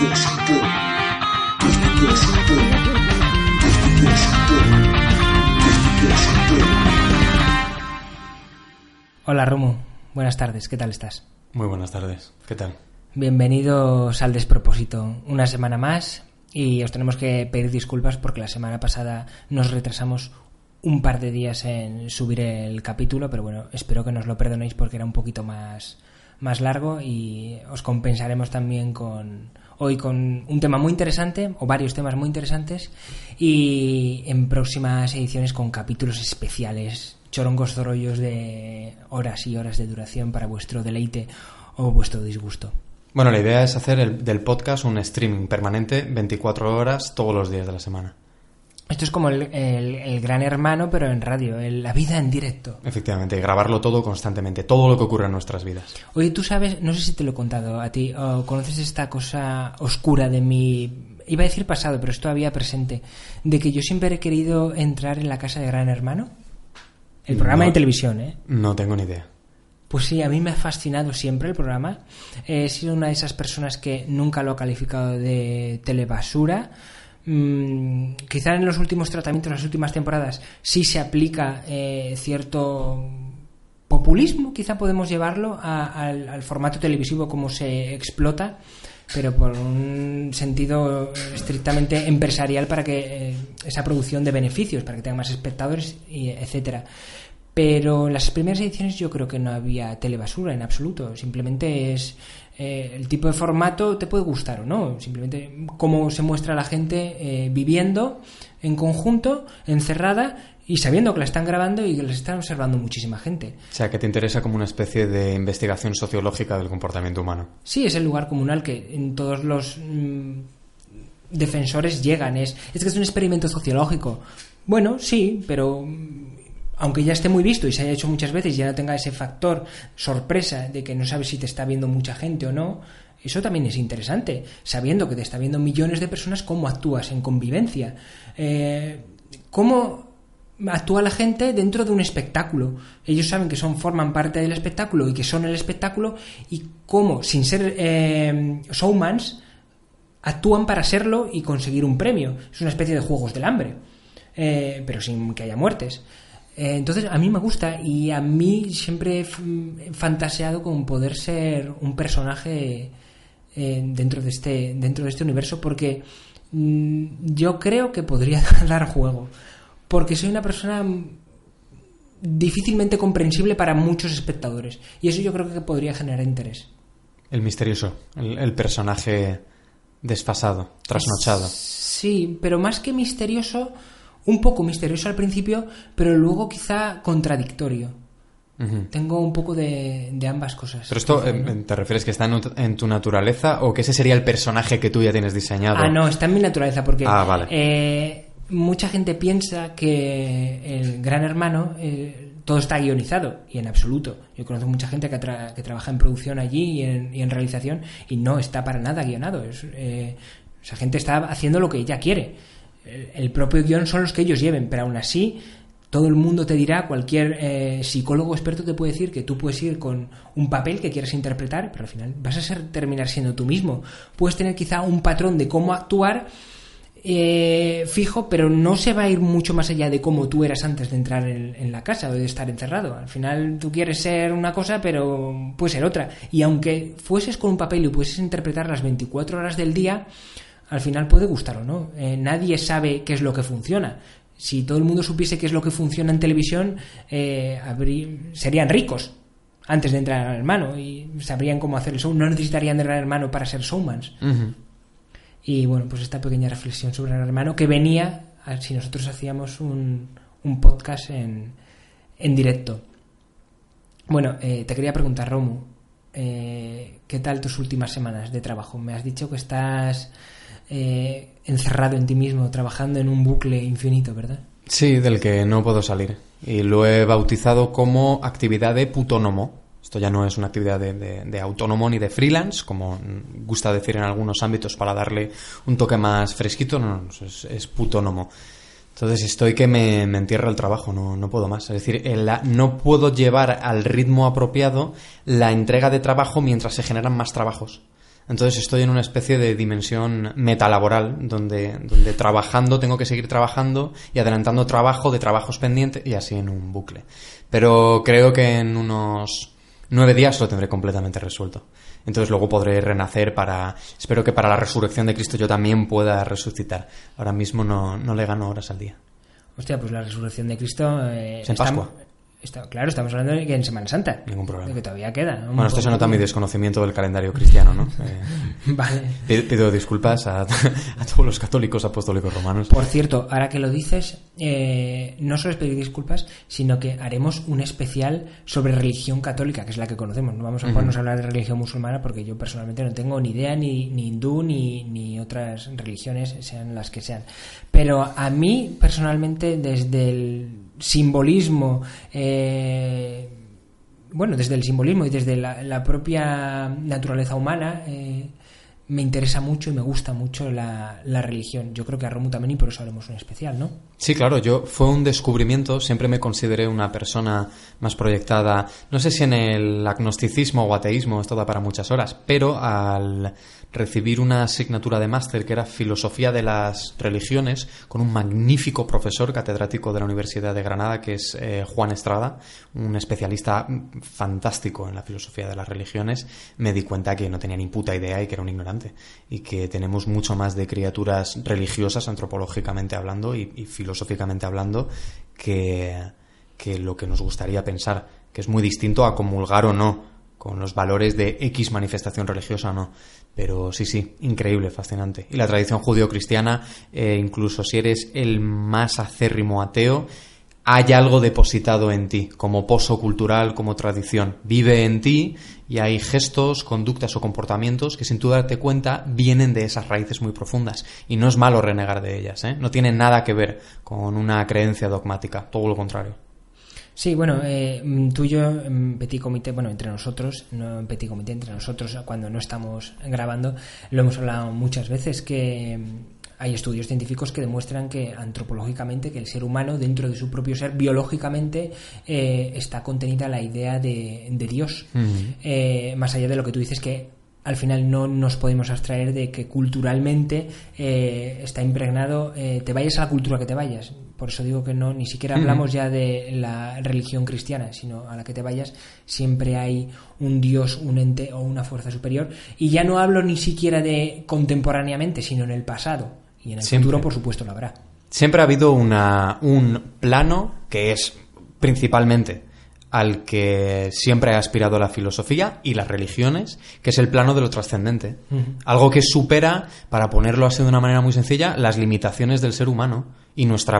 Hola Romu, buenas tardes, ¿qué tal estás? Muy buenas tardes, ¿qué tal? Bienvenidos al Despropósito, una semana más, y os tenemos que pedir disculpas porque la semana pasada nos retrasamos un par de días en subir el capítulo, pero bueno, espero que nos lo perdonéis porque era un poquito más largo, y os compensaremos también hoy con un tema muy interesante, o varios temas muy interesantes, y en próximas ediciones con capítulos especiales, chorongos zorollos de horas y horas de duración para vuestro deleite o vuestro disgusto. Bueno, la idea es hacer del podcast un streaming permanente 24 horas todos los días de la semana. Esto es como el Gran Hermano, pero en radio, la vida en directo. Efectivamente, grabarlo todo constantemente, todo lo que ocurre en nuestras vidas. Oye, tú sabes, no sé si te lo he contado a ti, o conoces esta cosa oscura de mi... Iba a decir pasado, pero es todavía presente, de que yo siempre he querido entrar en la casa de Gran Hermano. El programa de televisión, ¿eh? No tengo ni idea. Pues sí, a mí me ha fascinado siempre el programa. He sido una de esas personas que nunca lo ha calificado de telebasura. Quizá en los últimos tratamientos, las últimas temporadas, sí se aplica cierto populismo, quizá podemos llevarlo al formato televisivo como se explota, pero por un sentido estrictamente empresarial, para que esa producción de beneficios, para que tenga más espectadores, etcétera. Pero en las primeras ediciones yo creo que no había telebasura en absoluto. Simplemente es el tipo de formato, te puede gustar o no, simplemente cómo se muestra la gente viviendo en conjunto, encerrada, y sabiendo que la están grabando y que les están observando muchísima gente. O sea, que te interesa como una especie de investigación sociológica del comportamiento humano. Sí, es el lugar comunal que en todos los defensores llegan. Es que es un experimento sociológico. Bueno, sí, pero aunque ya esté muy visto y se haya hecho muchas veces y ya no tenga ese factor sorpresa de que no sabes si te está viendo mucha gente o no, eso también es interesante. Sabiendo que te está viendo millones de personas, cómo actúas en convivencia. Cómo actúa la gente dentro de un espectáculo. Ellos saben que forman parte del espectáculo y que son el espectáculo, y cómo, sin ser showmans, actúan para serlo y conseguir un premio. Es una especie de juegos del hambre, pero sin que haya muertes. Entonces a mí me gusta, y a mí siempre he fantaseado con poder ser un personaje dentro de este universo, porque yo creo que podría dar juego, porque soy una persona difícilmente comprensible para muchos espectadores, y eso yo creo que podría generar interés. El misterioso, el personaje desfasado, trasnochado. Sí, pero más que misterioso, un poco misterioso al principio, pero luego quizá contradictorio. Uh-huh. Tengo un poco de ambas cosas. ¿Pero esto te refieres que está en tu naturaleza, o que ese sería el personaje que tú ya tienes diseñado? No, está en mi naturaleza, porque vale. Mucha gente piensa que el Gran Hermano todo está guionizado, y en absoluto. Yo conozco mucha gente que trabaja en producción allí y en realización, y no está para nada guionado. Esa gente está haciendo lo que ella quiere. El propio guión son los que ellos lleven, pero aún así todo el mundo te dirá, cualquier psicólogo experto te puede decir que tú puedes ir con un papel que quieres interpretar, pero al final vas a terminar siendo tú mismo. Puedes tener quizá un patrón de cómo actuar fijo, pero no se va a ir mucho más allá de cómo tú eras antes de entrar en la casa o de estar encerrado. Al final tú quieres ser una cosa, pero puede ser otra, y aunque fueses con un papel y pudieses interpretar las 24 horas del día, al final puede gustar o no. Nadie sabe qué es lo que funciona. Si todo el mundo supiese qué es lo que funciona en televisión, serían ricos antes de entrar al Hermano y sabrían cómo hacer el show. No necesitarían de Gran Hermano para ser showmans. Uh-huh. Y bueno, pues esta pequeña reflexión sobre Gran Hermano, que venía si nosotros hacíamos un podcast en directo. Bueno, te quería preguntar, Romu, ¿qué tal tus últimas semanas de trabajo? Me has dicho que estás encerrado en ti mismo, trabajando en un bucle infinito, ¿verdad? Sí, del que no puedo salir. Y lo he bautizado como actividad de putónomo. Esto ya no es una actividad de autónomo ni de freelance, como gusta decir en algunos ámbitos para darle un toque más fresquito. No, es putónomo. Entonces estoy que me entierra el trabajo, no puedo más. Es decir, no puedo llevar al ritmo apropiado la entrega de trabajo mientras se generan más trabajos. Entonces estoy en una especie de dimensión metalaboral donde trabajando tengo que seguir trabajando y adelantando trabajo de trabajos pendientes y así en un bucle. Pero creo que en unos 9 días lo tendré completamente resuelto. Entonces luego podré renacer espero que para la resurrección de Cristo yo también pueda resucitar. Ahora mismo no le gano horas al día. Hostia, pues la resurrección de Cristo... es en Pascua. Claro, estamos hablando de que en Semana Santa. Ningún problema. De que todavía queda. Bueno, esto se nota mi desconocimiento del calendario cristiano, ¿no? Vale. Pido disculpas a todos los católicos apostólicos romanos. Por cierto, ahora que lo dices, no solo es pedir disculpas, sino que haremos un especial sobre religión católica, que es la que conocemos. No vamos a ponernos a hablar de religión musulmana porque yo personalmente no tengo ni idea ni hindú ni otras religiones, sean las que sean. Pero a mí, personalmente, desde el simbolismo, desde el simbolismo y desde la propia naturaleza humana, me interesa mucho y me gusta mucho la religión. Yo creo que a Romu también, y por eso haremos un especial, ¿no? Sí, claro, fue un descubrimiento. Siempre me consideré una persona más proyectada, no sé si en el agnosticismo o ateísmo, esto da para muchas horas, pero al recibir una asignatura de máster que era Filosofía de las Religiones con un magnífico profesor catedrático de la Universidad de Granada que es Juan Estrada, un especialista fantástico en la filosofía de las religiones, me di cuenta que no tenía ni puta idea y que era un ignorante y que tenemos mucho más de criaturas religiosas antropológicamente hablando y filosóficamente hablando que lo que nos gustaría pensar, que es muy distinto a comulgar o no con los valores de X manifestación religiosa o no. Pero sí, increíble, fascinante. Y la tradición judío-cristiana, incluso si eres el más acérrimo ateo, hay algo depositado en ti, como pozo cultural, como tradición. Vive en ti y hay gestos, conductas o comportamientos que sin tú darte cuenta vienen de esas raíces muy profundas. Y no es malo renegar de ellas, ¿eh? No tiene nada que ver con una creencia dogmática, todo lo contrario. Sí, bueno, tú y yo en Petit Comité, entre nosotros, no en Petit Comité, entre nosotros cuando no estamos grabando, lo hemos hablado muchas veces, que hay estudios científicos que demuestran que antropológicamente, que el ser humano dentro de su propio ser, biológicamente, está contenida la idea de Dios. Más allá de lo que tú dices, que al final no nos podemos abstraer de que culturalmente está impregnado, te vayas a la cultura que te vayas. Por eso digo que no, ni siquiera hablamos ya de la religión cristiana, sino a la que te vayas siempre hay un Dios, un ente o una fuerza superior. Y ya no hablo ni siquiera de contemporáneamente, sino en el pasado. Y en el futuro, por supuesto, lo habrá. Siempre ha habido un plano que es principalmente al que siempre ha aspirado la filosofía y las religiones, que es el plano de lo trascendente. Algo que supera, para ponerlo así de una manera muy sencilla, las limitaciones del ser humano y nuestro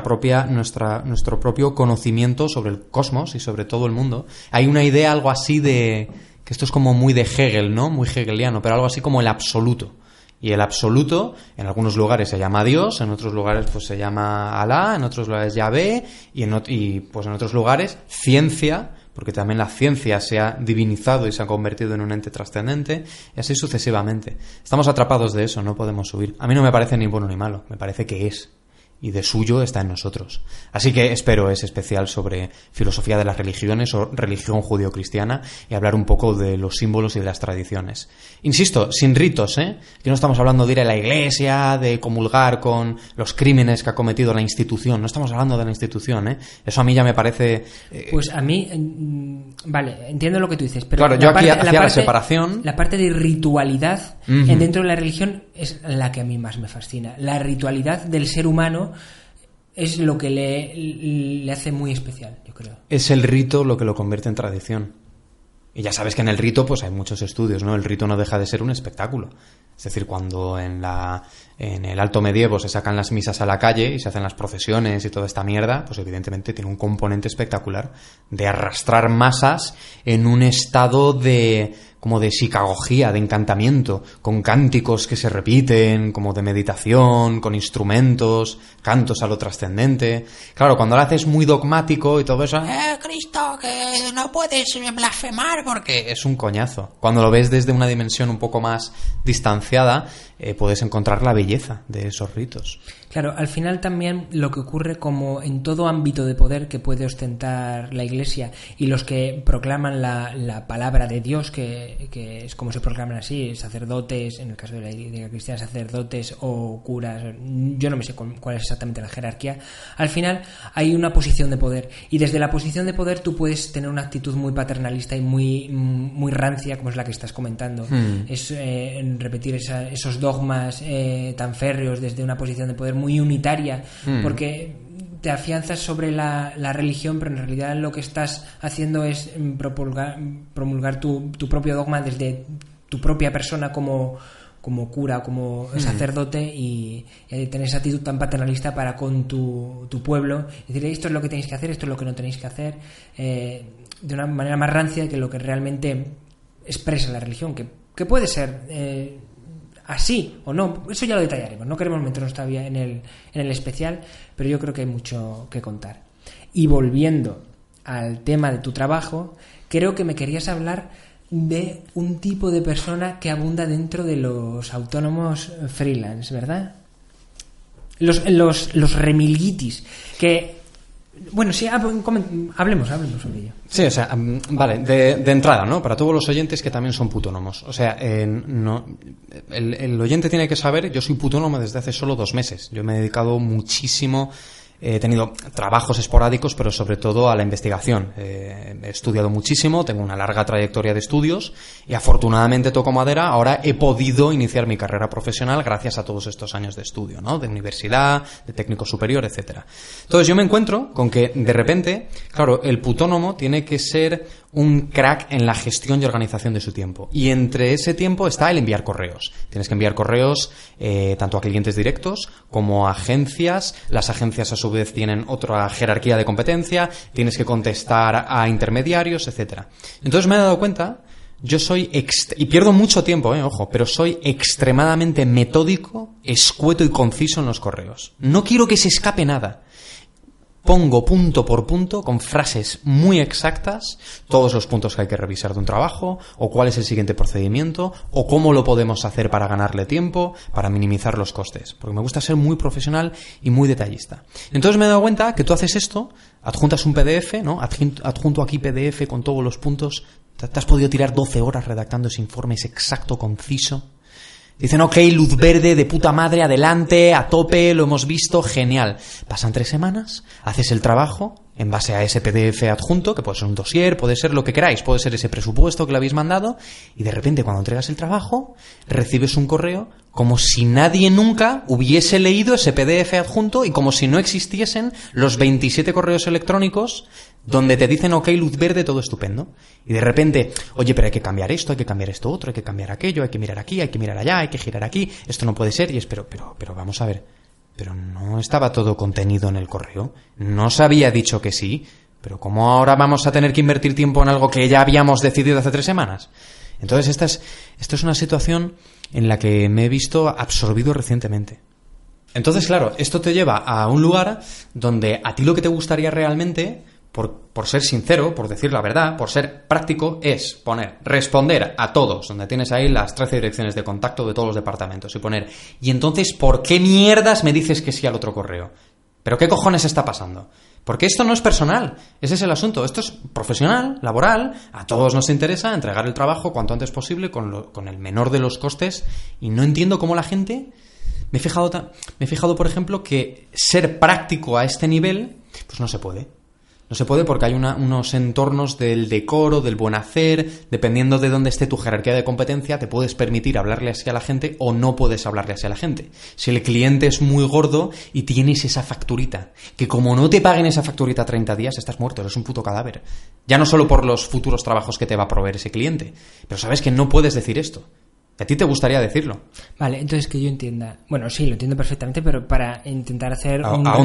propio conocimiento sobre el cosmos y sobre todo el mundo. Hay una idea algo así de... que esto es como muy de Hegel, ¿no? Muy hegeliano, pero algo así como el absoluto. Y el absoluto, en algunos lugares se llama Dios, en otros lugares pues se llama Alá, en otros lugares Yahvé, y en otros lugares ciencia, porque también la ciencia se ha divinizado y se ha convertido en un ente trascendente, y así sucesivamente. Estamos atrapados de eso, no podemos subir. A mí no me parece ni bueno ni malo, me parece que es. Y de suyo está en nosotros. Así que espero ese especial sobre filosofía de las religiones o religión judío-cristiana y hablar un poco de los símbolos y de las tradiciones. Insisto, sin ritos, ¿eh? Que no estamos hablando de ir a la iglesia, de comulgar con los crímenes que ha cometido la institución. No estamos hablando de la institución, ¿eh? Eso a mí ya me parece... Pues a mí... vale, entiendo lo que tú dices, pero... Claro, yo aquí hacía la separación... La parte de ritualidad dentro de la religión es la que a mí más me fascina. La ritualidad del ser humano es lo que le hace muy especial, yo creo. Es el rito lo que lo convierte en tradición. Y ya sabes que en el rito pues hay muchos estudios, ¿no? El rito no deja de ser un espectáculo. Es decir, cuando en el alto medievo se sacan las misas a la calle y se hacen las procesiones y toda esta mierda, pues evidentemente tiene un componente espectacular de arrastrar masas en un estado como de psicagogía, de encantamiento, con cánticos que se repiten, como de meditación, con instrumentos, cantos a lo trascendente. Claro, cuando lo haces muy dogmático y todo eso, Cristo, que no puedes blasfemar porque es un coñazo. Cuando lo ves desde una dimensión un poco más distanciada, puedes encontrar la belleza de esos ritos. Claro, al final también lo que ocurre, como en todo ámbito de poder que puede ostentar la Iglesia y los que proclaman la palabra de Dios, que es como se proclaman así, sacerdotes, en el caso de la Iglesia cristiana, sacerdotes o curas, yo no me sé cuál es exactamente la jerarquía, al final hay una posición de poder, y desde la posición de poder tú puedes tener una actitud muy paternalista y muy rancia, como es la que estás comentando. Es repetir esos dogmas tan férreos desde una posición de poder muy unitaria, porque te afianzas sobre la religión, pero en realidad lo que estás haciendo es promulgar tu propio dogma desde tu propia persona como cura, como sacerdote, y tener esa actitud tan paternalista para con tu pueblo, decir, esto es lo que tenéis que hacer, esto es lo que no tenéis que hacer, de una manera más rancia que lo que realmente expresa la religión, que puede ser así o no, eso ya lo detallaremos, no queremos meternos todavía en el especial, pero yo creo que hay mucho que contar. Y volviendo al tema de tu trabajo, creo que me querías hablar de un tipo de persona que abunda dentro de los autónomos freelance, ¿verdad? Los remilguitis, que... Bueno, sí, hablemos sobre ello. Sí, o sea, vale, de entrada, ¿no? Para todos los oyentes que también son putónomos. O sea, el oyente tiene que saber, yo soy putónomo desde hace solo 2 meses. Yo me he dedicado muchísimo, he tenido trabajos esporádicos, pero sobre todo a la investigación. He estudiado muchísimo, tengo una larga trayectoria de estudios y afortunadamente, toco madera, ahora he podido iniciar mi carrera profesional gracias a todos estos años de estudio, ¿no? De universidad, de técnico superior, etcétera. Entonces yo me encuentro con que de repente, claro, el putónomo tiene que ser un crack en la gestión y organización de su tiempo. Y entre ese tiempo está el enviar correos. Tienes que enviar correos tanto a clientes directos como a agencias. Las agencias a su vez tienen otra jerarquía de competencia. Tienes que contestar a intermediarios, etcétera. Entonces me he dado cuenta, yo soy y pierdo mucho tiempo, ojo, pero soy extremadamente metódico, escueto y conciso en los correos. No quiero que se escape nada. Pongo punto por punto, con frases muy exactas, todos los puntos que hay que revisar de un trabajo, o cuál es el siguiente procedimiento, o cómo lo podemos hacer para ganarle tiempo, para minimizar los costes. Porque me gusta ser muy profesional y muy detallista. Entonces me he dado cuenta que tú haces esto, adjuntas un PDF, ¿no? Adjunto aquí PDF con todos los puntos. Te has podido tirar 12 horas redactando ese informe, es exacto, conciso. Dicen, ok, luz verde, de puta madre, adelante, a tope, lo hemos visto, genial. Pasan 3 semanas, haces el trabajo en base a ese PDF adjunto, que puede ser un dossier, puede ser lo que queráis, puede ser ese presupuesto que le habéis mandado, y de repente cuando entregas el trabajo, recibes un correo como si nadie nunca hubiese leído ese PDF adjunto y como si no existiesen los 27 correos electrónicos donde te dicen, ok, luz verde, todo estupendo. Y de repente, oye, pero hay que cambiar esto, hay que cambiar esto otro, hay que cambiar aquello, hay que mirar aquí, hay que mirar allá, hay que girar aquí, esto no puede ser, y es, pero vamos a ver, pero no estaba todo contenido en el correo, no se había dicho que sí, pero ¿cómo ahora vamos a tener que invertir tiempo en algo que ya habíamos decidido hace 3 semanas? Entonces esta es una situación en la que me he visto absorbido recientemente. Entonces, claro, esto te lleva a un lugar donde a ti lo que te gustaría realmente, por ser sincero, por decir la verdad, por ser práctico, es responder a todos, donde tienes ahí las 13 direcciones de contacto de todos los departamentos, y poner, y entonces, ¿por qué mierdas me dices que sí al otro correo? ¿Pero qué cojones está pasando? Porque esto no es personal, ese es el asunto, esto es profesional, laboral, a todos nos interesa entregar el trabajo cuanto antes posible con el menor de los costes, y no entiendo cómo la gente... Me he fijado, por ejemplo, que ser práctico a este nivel, pues no se puede. No se puede porque hay unos entornos del decoro, del buen hacer, dependiendo de dónde esté tu jerarquía de competencia, te puedes permitir hablarle así a la gente o no puedes hablarle así a la gente. Si el cliente es muy gordo y tienes esa facturita, que como no te paguen esa facturita 30 días, estás muerto, eres un puto cadáver. Ya no solo por los futuros trabajos que te va a proveer ese cliente, pero sabes que no puedes decir esto. ¿A ti te gustaría decirlo? Vale, entonces que yo entienda... Bueno, sí, lo entiendo perfectamente, pero para intentar hacer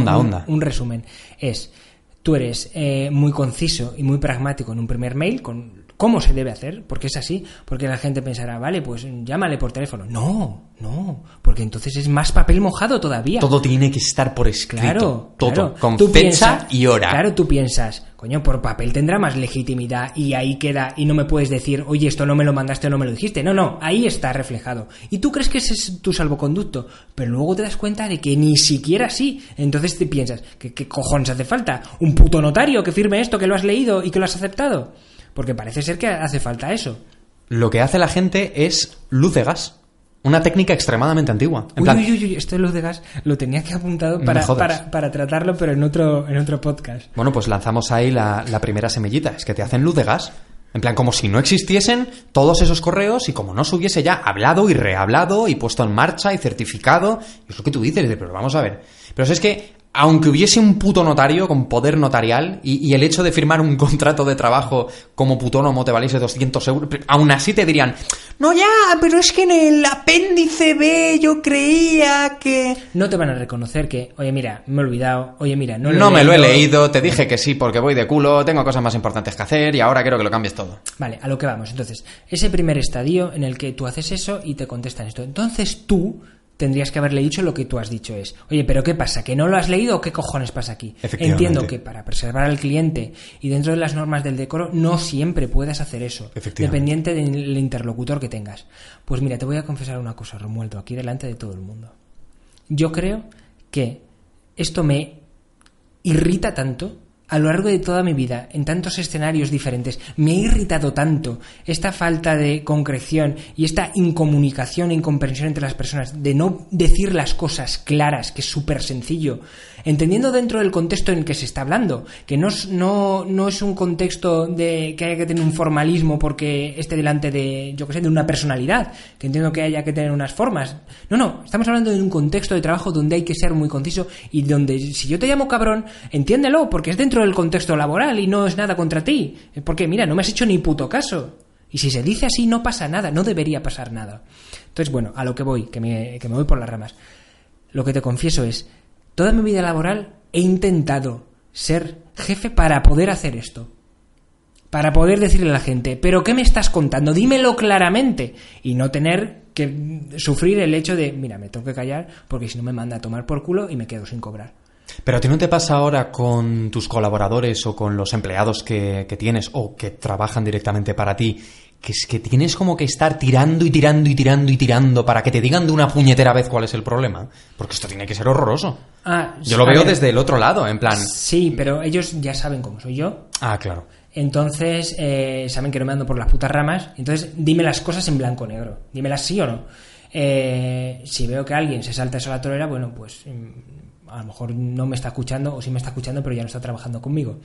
un resumen. Tú eres muy conciso y muy pragmático en un primer mail, con cómo se debe hacer, porque es así, porque la gente pensará, vale, pues llámale por teléfono. No, porque entonces es más papel mojado todavía. Todo tiene que estar por escrito. Claro, todo, con tú fecha y hora. Claro, tú piensas, coño, por papel tendrá más legitimidad y ahí queda, y no me puedes decir, oye, esto no me lo mandaste o no me lo dijiste. No, ahí está reflejado. Y tú crees que ese es tu salvoconducto, pero luego te das cuenta de que ni siquiera así. Entonces te piensas, ¿qué cojones hace falta? ¿Un puto notario que firme esto, que lo has leído y que lo has aceptado? Porque parece ser que hace falta eso. Lo que hace la gente es luz de gas. Una técnica extremadamente antigua. Uy, esto de luz de gas lo tenía que apuntado para tratarlo, pero en otro podcast. Bueno, pues lanzamos ahí la primera semillita. Es que te hacen luz de gas. En plan, como si no existiesen todos esos correos y como no se hubiese ya hablado y rehablado y puesto en marcha y certificado. Y es lo que tú dices, pero vamos a ver. Pero es que, aunque hubiese un puto notario con poder notarial y el hecho de firmar un contrato de trabajo como putónomo te valiese 200 euros, aún así te dirían, no ya, pero es que en el apéndice B yo creía que... No te van a reconocer que, oye mira, me he olvidado, oye mira, no me lo he leído, te dije que sí porque voy de culo, tengo cosas más importantes que hacer y ahora quiero que lo cambies todo. Vale, a lo que vamos. Entonces, ese primer estadio en el que tú haces eso y te contestan esto. Entonces tú tendrías que haberle dicho lo que tú has dicho es, oye, ¿pero qué pasa? ¿Que no lo has leído o qué cojones pasa aquí? Entiendo que para preservar al cliente y dentro de las normas del decoro no siempre puedas hacer eso, dependiente del interlocutor que tengas. Pues mira, te voy a confesar una cosa, Romualdo, aquí delante de todo el mundo. Yo creo que esto me irrita tanto a lo largo de toda mi vida, en tantos escenarios diferentes, me ha irritado tanto esta falta de concreción y esta incomunicación e incomprensión entre las personas, de no decir las cosas claras, que es súper sencillo, entendiendo dentro del contexto en el que se está hablando, que no es un contexto de que haya que tener un formalismo porque esté delante de, yo que sé, de una personalidad, que entiendo que haya que tener unas formas. No, estamos hablando de un contexto de trabajo donde hay que ser muy conciso y donde si yo te llamo cabrón, entiéndelo, porque es dentro del contexto laboral y no es nada contra ti, porque mira, no me has hecho ni puto caso. Y si se dice así no pasa nada, no debería pasar nada. Entonces, bueno, a lo que voy, que me voy por las ramas. Lo que te confieso es, toda mi vida laboral he intentado ser jefe para poder hacer esto. Para poder decirle a la gente, ¿pero qué me estás contando? Dímelo claramente. Y no tener que sufrir el hecho de, mira, me tengo que callar porque si no me manda a tomar por culo y me quedo sin cobrar. Pero a ti no te pasa ahora con tus colaboradores o con los empleados que tienes o que trabajan directamente para ti, que es que tienes como que estar tirando para que te digan de una puñetera vez cuál es el problema, porque esto tiene que ser horroroso. Yo lo veo desde el otro lado, en plan... Sí, pero ellos ya saben cómo soy yo. Claro. Entonces saben que no me ando por las putas ramas, entonces dime las cosas en blanco o negro, dímelas sí o no. Si veo que alguien se salta eso a la torera, bueno, pues... a lo mejor no me está escuchando o sí me está escuchando pero ya no está trabajando conmigo.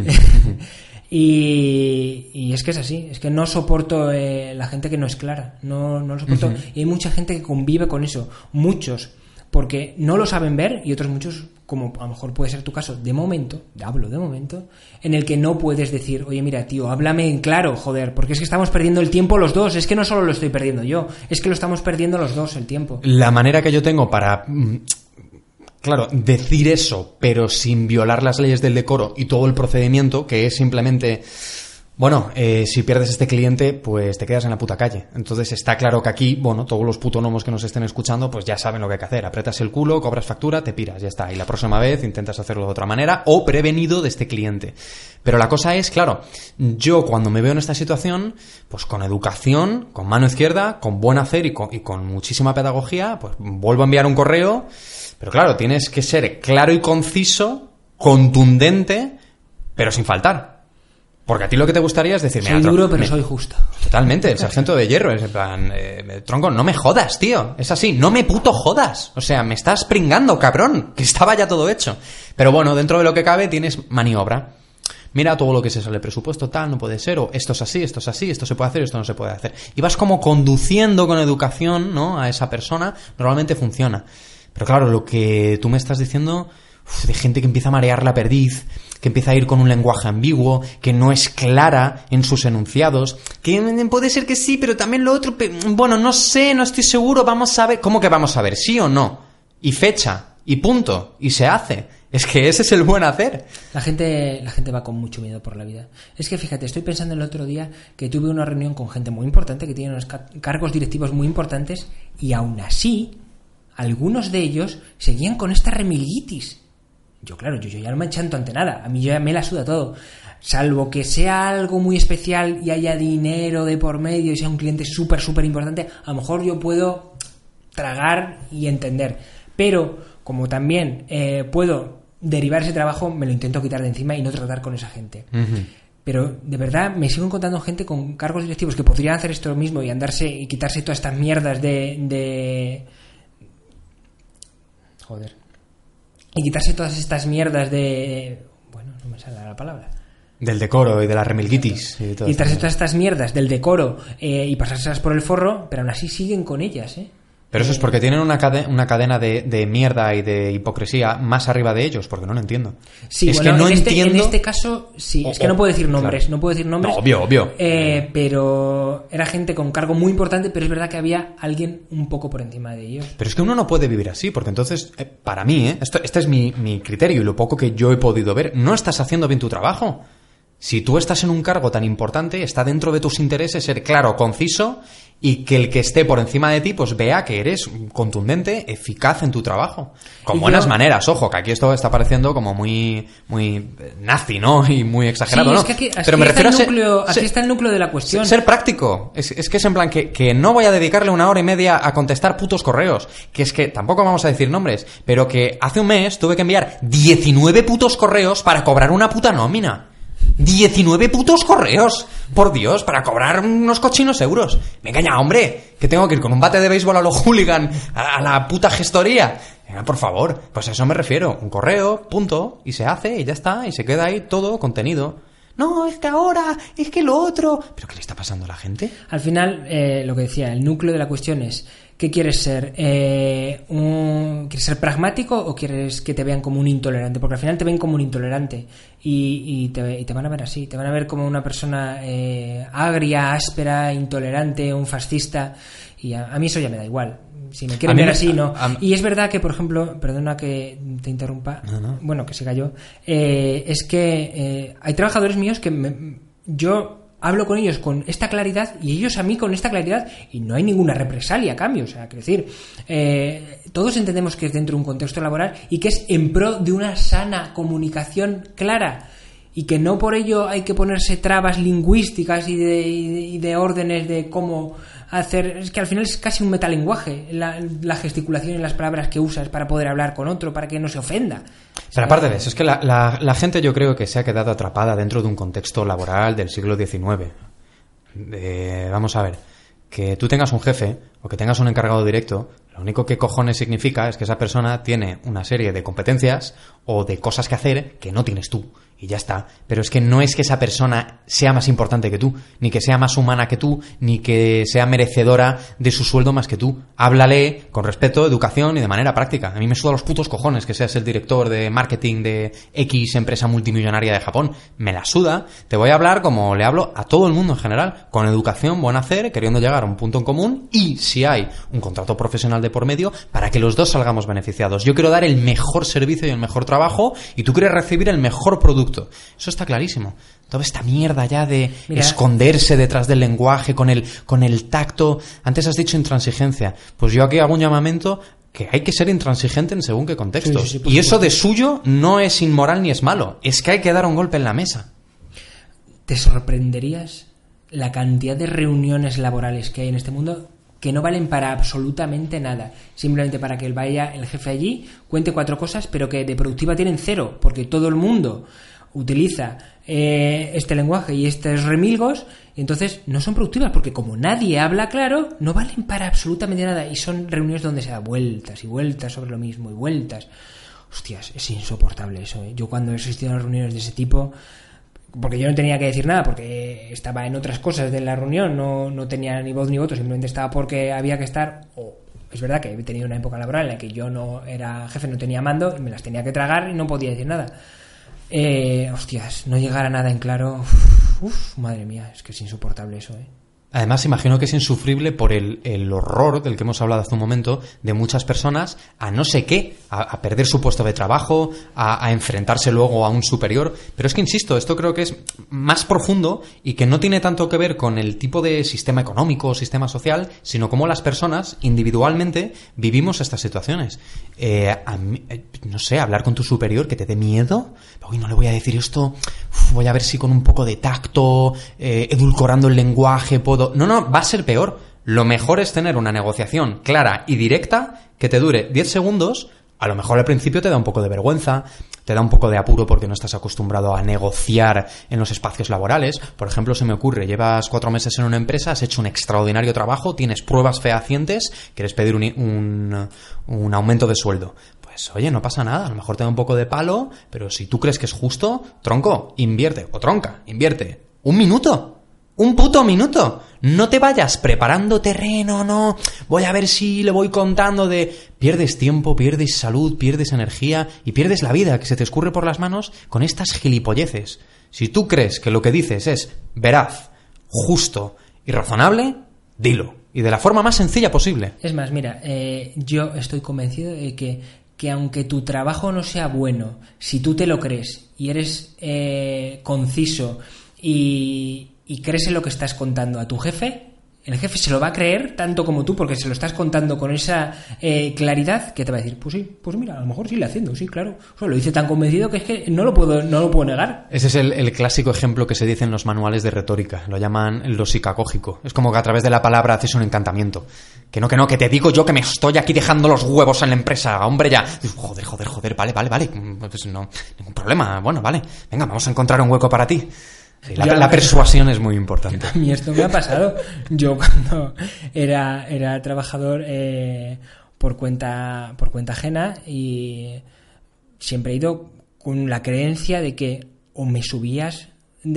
y es que es así, es que no soporto la gente que no es clara, no lo soporto. Y hay mucha gente que convive con eso, muchos porque no lo saben ver y otros muchos, como a lo mejor puede ser tu caso, hablo de momento en el que no puedes decir, oye mira tío, háblame en claro, joder, porque es que estamos perdiendo el tiempo los dos, es que no solo lo estoy perdiendo yo, es que lo estamos perdiendo los dos el tiempo. La manera que yo tengo para... Claro, decir eso, pero sin violar las leyes del decoro y todo el procedimiento, que es simplemente, bueno, si pierdes este cliente, pues te quedas en la puta calle. Entonces está claro que aquí, bueno, todos los putónomos que nos estén escuchando, pues ya saben lo que hay que hacer. Apretas el culo, cobras factura, te piras, ya está. Y la próxima vez intentas hacerlo de otra manera o prevenido de este cliente. Pero la cosa es, claro, yo cuando me veo en esta situación, pues con educación, con mano izquierda, con buen hacer y con muchísima pedagogía, pues vuelvo a enviar un correo. Pero claro, tienes que ser claro y conciso, contundente, pero sin faltar. Porque a ti lo que te gustaría es decir... Soy duro, pero soy justo. Totalmente, el sargento de hierro. Es en plan, tronco, no me jodas, tío. Es así, no me puto jodas. O sea, me estás pringando, cabrón, que estaba ya todo hecho. Pero bueno, dentro de lo que cabe tienes maniobra. Mira todo lo que se sale presupuesto, tal, no puede ser, o esto es así, esto se puede hacer, esto no se puede hacer. Y vas como conduciendo con educación, ¿no?, a esa persona, normalmente funciona. Pero claro, lo que tú me estás diciendo, de gente que empieza a marear la perdiz, que empieza a ir con un lenguaje ambiguo, que no es clara en sus enunciados, que puede ser que sí, pero también lo otro, bueno, no sé, no estoy seguro, vamos a ver. ¿Cómo que vamos a ver? ¿Sí o no? Y fecha, y punto, y se hace. Es que ese es el buen hacer. La gente va con mucho miedo por la vida. Es que fíjate, estoy pensando el otro día que tuve una reunión con gente muy importante que tiene unos cargos directivos muy importantes y aún así algunos de ellos seguían con esta remilguitis. Yo ya no me enchanto ante nada, a mí ya me la suda todo. Salvo que sea algo muy especial y haya dinero de por medio y sea un cliente súper importante, a lo mejor yo puedo tragar y entender. Pero como también puedo derivar ese trabajo, me lo intento quitar de encima y no tratar con esa gente. Pero de verdad me sigo encontrando gente con cargos directivos que podrían hacer esto mismo y andarse y quitarse todas estas mierdas y quitarse todas estas mierdas bueno, no me sale la palabra. Del decoro y de la remilguitis. Y quitarse todas estas mierdas del decoro y pasárselas por el forro, pero aún así siguen con ellas, Pero eso es porque tienen una cadena de mierda y de hipocresía más arriba de ellos, porque no lo entiendo. Sí, es bueno, que no en entiendo... este caso, sí, es que no puedo decir nombres, claro. No puedo decir nombres. No, obvio. Pero era gente con cargo muy importante, pero es verdad que había alguien un poco por encima de ellos. Pero es que uno no puede vivir así, porque entonces, para mí, este es mi criterio y lo poco que yo he podido ver, no estás haciendo bien tu trabajo. Si tú estás en un cargo tan importante, está dentro de tus intereses ser claro, conciso y que el que esté por encima de ti pues vea que eres contundente, eficaz en tu trabajo. Con buenas maneras, ojo, que aquí esto está pareciendo como muy nazi, ¿no? Y muy exagerado, sí, ¿no? Es que aquí, pero me refiero aquí está el núcleo de la cuestión. Ser práctico. Es que es en plan que no voy a dedicarle 1 hora y media a contestar putos correos. Que es que tampoco vamos a decir nombres, pero que hace un mes tuve que enviar 19 putos correos para cobrar una puta nómina. 19 putos correos, por Dios, para cobrar unos cochinos euros. Venga ya, hombre, que tengo que ir con un bate de béisbol a lo hooligan a la puta gestoría. Venga, por favor, pues a eso me refiero. Un correo, punto, y se hace y ya está, y se queda ahí todo contenido. No, es que ahora, es que lo otro... ¿Pero qué le está pasando a la gente? Al final, lo que decía, el núcleo de la cuestión es ¿qué quieres ser? ¿Quieres ser pragmático o quieres que te vean como un intolerante? Porque al final te ven como un intolerante y te van a ver así, te van a ver como una persona agria, áspera, intolerante, un fascista, y a mí eso ya me da igual. Si me quieren ver así, no. Y es verdad que, por ejemplo, perdona que te interrumpa, no. Bueno, que siga yo, es que hay trabajadores míos que yo hablo con ellos con esta claridad y ellos a mí con esta claridad y no hay ninguna represalia a cambio. O sea, quiero decir, todos entendemos que es dentro de un contexto laboral y que es en pro de una sana comunicación clara y que no por ello hay que ponerse trabas lingüísticas y de órdenes de cómo hacer. Es que al final es casi un metalenguaje la gesticulación y las palabras que usas para poder hablar con otro, para que no se ofenda. Pero aparte de eso, es que la gente yo creo que se ha quedado atrapada dentro de un contexto laboral del siglo XIX. Vamos a ver, que tú tengas un jefe o que tengas un encargado directo, lo único que cojones significa es que esa persona tiene una serie de competencias o de cosas que hacer que no tienes tú. Y ya está. Pero es que no es que esa persona sea más importante que tú, ni que sea más humana que tú, ni que sea merecedora de su sueldo más que tú. Háblale con respeto, educación y de manera práctica. A mí me suda los putos cojones que seas el director de marketing de X empresa multimillonaria de Japón. Me la suda. Te voy a hablar como le hablo a todo el mundo en general, con educación, buen hacer, queriendo llegar a un punto en común y si hay un contrato profesional de por medio para que los dos salgamos beneficiados. Yo quiero dar el mejor servicio y el mejor trabajo y tú quieres recibir el mejor producto. Eso está clarísimo. Toda esta mierda ya de esconderse detrás del lenguaje con el tacto. Antes has dicho intransigencia. Pues yo aquí hago un llamamiento que hay que ser intransigente en según qué contextos. Sí, y eso de suyo no es inmoral ni es malo. Es que hay que dar un golpe en la mesa. Te sorprenderías la cantidad de reuniones laborales que hay en este mundo que no valen para absolutamente nada, simplemente para que vaya el jefe allí, cuente 4 cosas, pero que de productiva tienen 0, porque todo el mundo utiliza este lenguaje y estos remilgos, y entonces no son productivas, porque como nadie habla claro, no valen para absolutamente nada, y son reuniones donde se da vueltas y vueltas sobre lo mismo, y vueltas. Hostias, es insoportable eso, ¿eh? Yo cuando he asistido a reuniones de ese tipo, porque yo no tenía que decir nada, porque estaba en otras cosas de la reunión, no tenía ni voz ni voto, simplemente estaba porque había que estar. Es verdad que he tenido una época laboral en la que yo no era jefe, no tenía mando, y me las tenía que tragar y no podía decir nada. Hostias, no llegar a nada en claro. Madre mía, es que es insoportable eso, ¿eh? Además, imagino que es insufrible por el horror del que hemos hablado hace un momento de muchas personas a no sé qué, a perder su puesto de trabajo, a enfrentarse luego a un superior. Pero es que, insisto, esto creo que es más profundo y que no tiene tanto que ver con el tipo de sistema económico o sistema social, sino cómo las personas individualmente vivimos estas situaciones. A mí, no sé, hablar con tu superior que te dé miedo. Uy, no le voy a decir esto. Voy a ver si con un poco de tacto, edulcorando el lenguaje, puedo... No, va a ser peor. Lo mejor es tener una negociación clara y directa que te dure 10 segundos. A lo mejor al principio te da un poco de vergüenza, te da un poco de apuro porque no estás acostumbrado a negociar en los espacios laborales. Por ejemplo, se me ocurre, llevas 4 meses en una empresa, has hecho un extraordinario trabajo, tienes pruebas fehacientes, quieres pedir un aumento de sueldo. Pues oye, no pasa nada, a lo mejor te da un poco de palo, pero si tú crees que es justo, tronco, invierte, o tronca, invierte 1 minuto. 1 puto minuto. No te vayas preparando terreno, no. Voy a ver si le voy contando de... Pierdes tiempo, pierdes salud, pierdes energía y pierdes la vida que se te escurre por las manos con estas gilipolleces. Si tú crees que lo que dices es veraz, justo y razonable, dilo. Y de la forma más sencilla posible. Es más, mira, yo estoy convencido de que aunque tu trabajo no sea bueno, si tú te lo crees y eres conciso y crees en lo que estás contando a tu jefe, el jefe se lo va a creer tanto como tú, porque se lo estás contando con esa claridad que te va a decir, pues sí, pues mira, a lo mejor sí le haciendo, sí, claro. O sea, lo dice tan convencido que es que no lo puedo negar. Ese es el clásico ejemplo que se dice en los manuales de retórica, lo llaman lo psicagógico. Es como que a través de la palabra haces un encantamiento. Que no, que te digo yo que me estoy aquí dejando los huevos en la empresa, hombre, ya. Joder, vale, pues no, ningún problema, bueno, vale, venga, vamos a encontrar un hueco para ti. Sí, la persuasión es muy importante. A mí esto me ha pasado. Yo cuando era trabajador por cuenta ajena, y siempre he ido con la creencia de que o me subías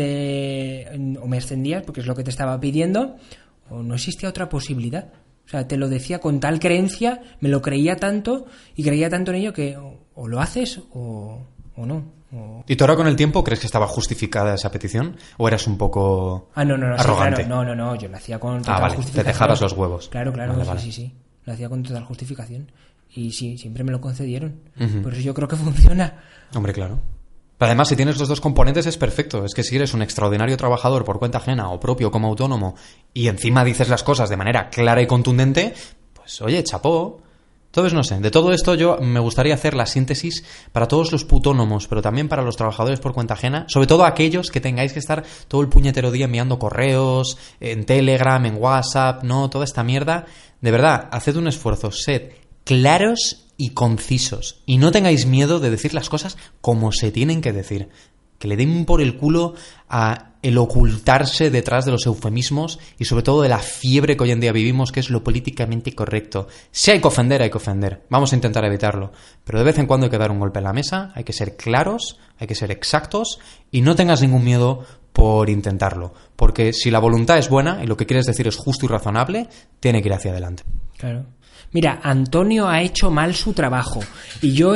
o me ascendías porque es lo que te estaba pidiendo, o no existía otra posibilidad. O sea, te lo decía con tal creencia, me lo creía tanto y creía tanto en ello que o lo haces o no. ¿Y tú ahora con el tiempo crees que estaba justificada esa petición? ¿O eras un poco arrogante? Sí, claro. No, yo lo hacía con total justificación. Te dejabas los huevos. Claro, vale. Sí. Lo hacía con total justificación. Y sí, siempre me lo concedieron. Uh-huh. Por eso yo creo que funciona. Hombre, claro. Pero además, si tienes los dos componentes es perfecto. Es que si eres un extraordinario trabajador por cuenta ajena o propio como autónomo y encima dices las cosas de manera clara y contundente, pues oye, chapó. Entonces, no sé, de todo esto yo me gustaría hacer la síntesis para todos los putónomos, pero también para los trabajadores por cuenta ajena, sobre todo aquellos que tengáis que estar todo el puñetero día enviando correos, en Telegram, en WhatsApp, no, toda esta mierda. De verdad, haced un esfuerzo, sed claros y concisos, y no tengáis miedo de decir las cosas como se tienen que decir. Que le den por el culo a el ocultarse detrás de los eufemismos y sobre todo de la fiebre que hoy en día vivimos, que es lo políticamente correcto. Si hay que ofender, hay que ofender. Vamos a intentar evitarlo. Pero de vez en cuando hay que dar un golpe en la mesa, hay que ser claros, hay que ser exactos y no tengas ningún miedo por intentarlo. Porque si la voluntad es buena y lo que quieres decir es justo y razonable, tiene que ir hacia adelante. Claro. Mira, Antonio ha hecho mal su trabajo y yo...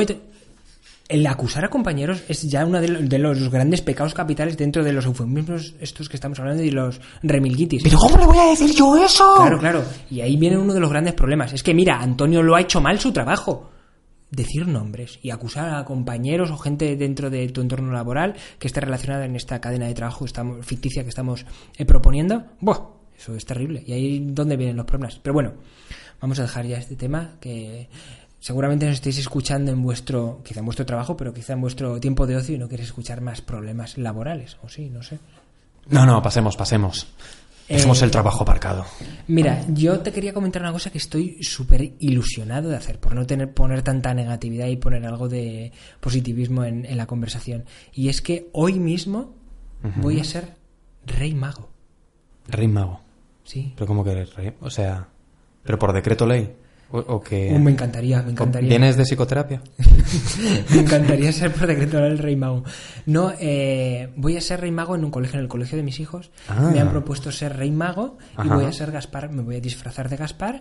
El acusar a compañeros es ya uno de los grandes pecados capitales dentro de los eufemismos estos que estamos hablando y los remilguitis. ¿Pero cómo le voy a decir yo eso? Claro. Y ahí viene uno de los grandes problemas. Es que mira, Antonio lo ha hecho mal su trabajo. Decir nombres y acusar a compañeros o gente dentro de tu entorno laboral que esté relacionada en esta cadena de trabajo ficticia que estamos proponiendo. ¡Buah! Eso es terrible. Y ahí es donde vienen los problemas. Pero bueno, vamos a dejar ya este tema que... Seguramente nos estéis escuchando quizá en vuestro trabajo, pero quizá en vuestro tiempo de ocio y no queréis escuchar más problemas laborales, o sí, no sé. No, pasemos. Dejemos el trabajo aparcado. Mira, yo te quería comentar una cosa que estoy súper ilusionado de hacer, por no poner tanta negatividad y poner algo de positivismo en la conversación. Y es que hoy mismo voy a ser Rey Mago. ¿Rey Mago? Sí. ¿Pero cómo que eres rey? O sea, ¿pero por decreto ley? ¿O que... Me encantaría. ¿Vienes de psicoterapia? Me encantaría ser por decreto el Rey Mago. No, voy a ser Rey Mago en un colegio, en el colegio de mis hijos. Me han propuesto ser Rey Mago y voy a ser Gaspar, me voy a disfrazar de Gaspar.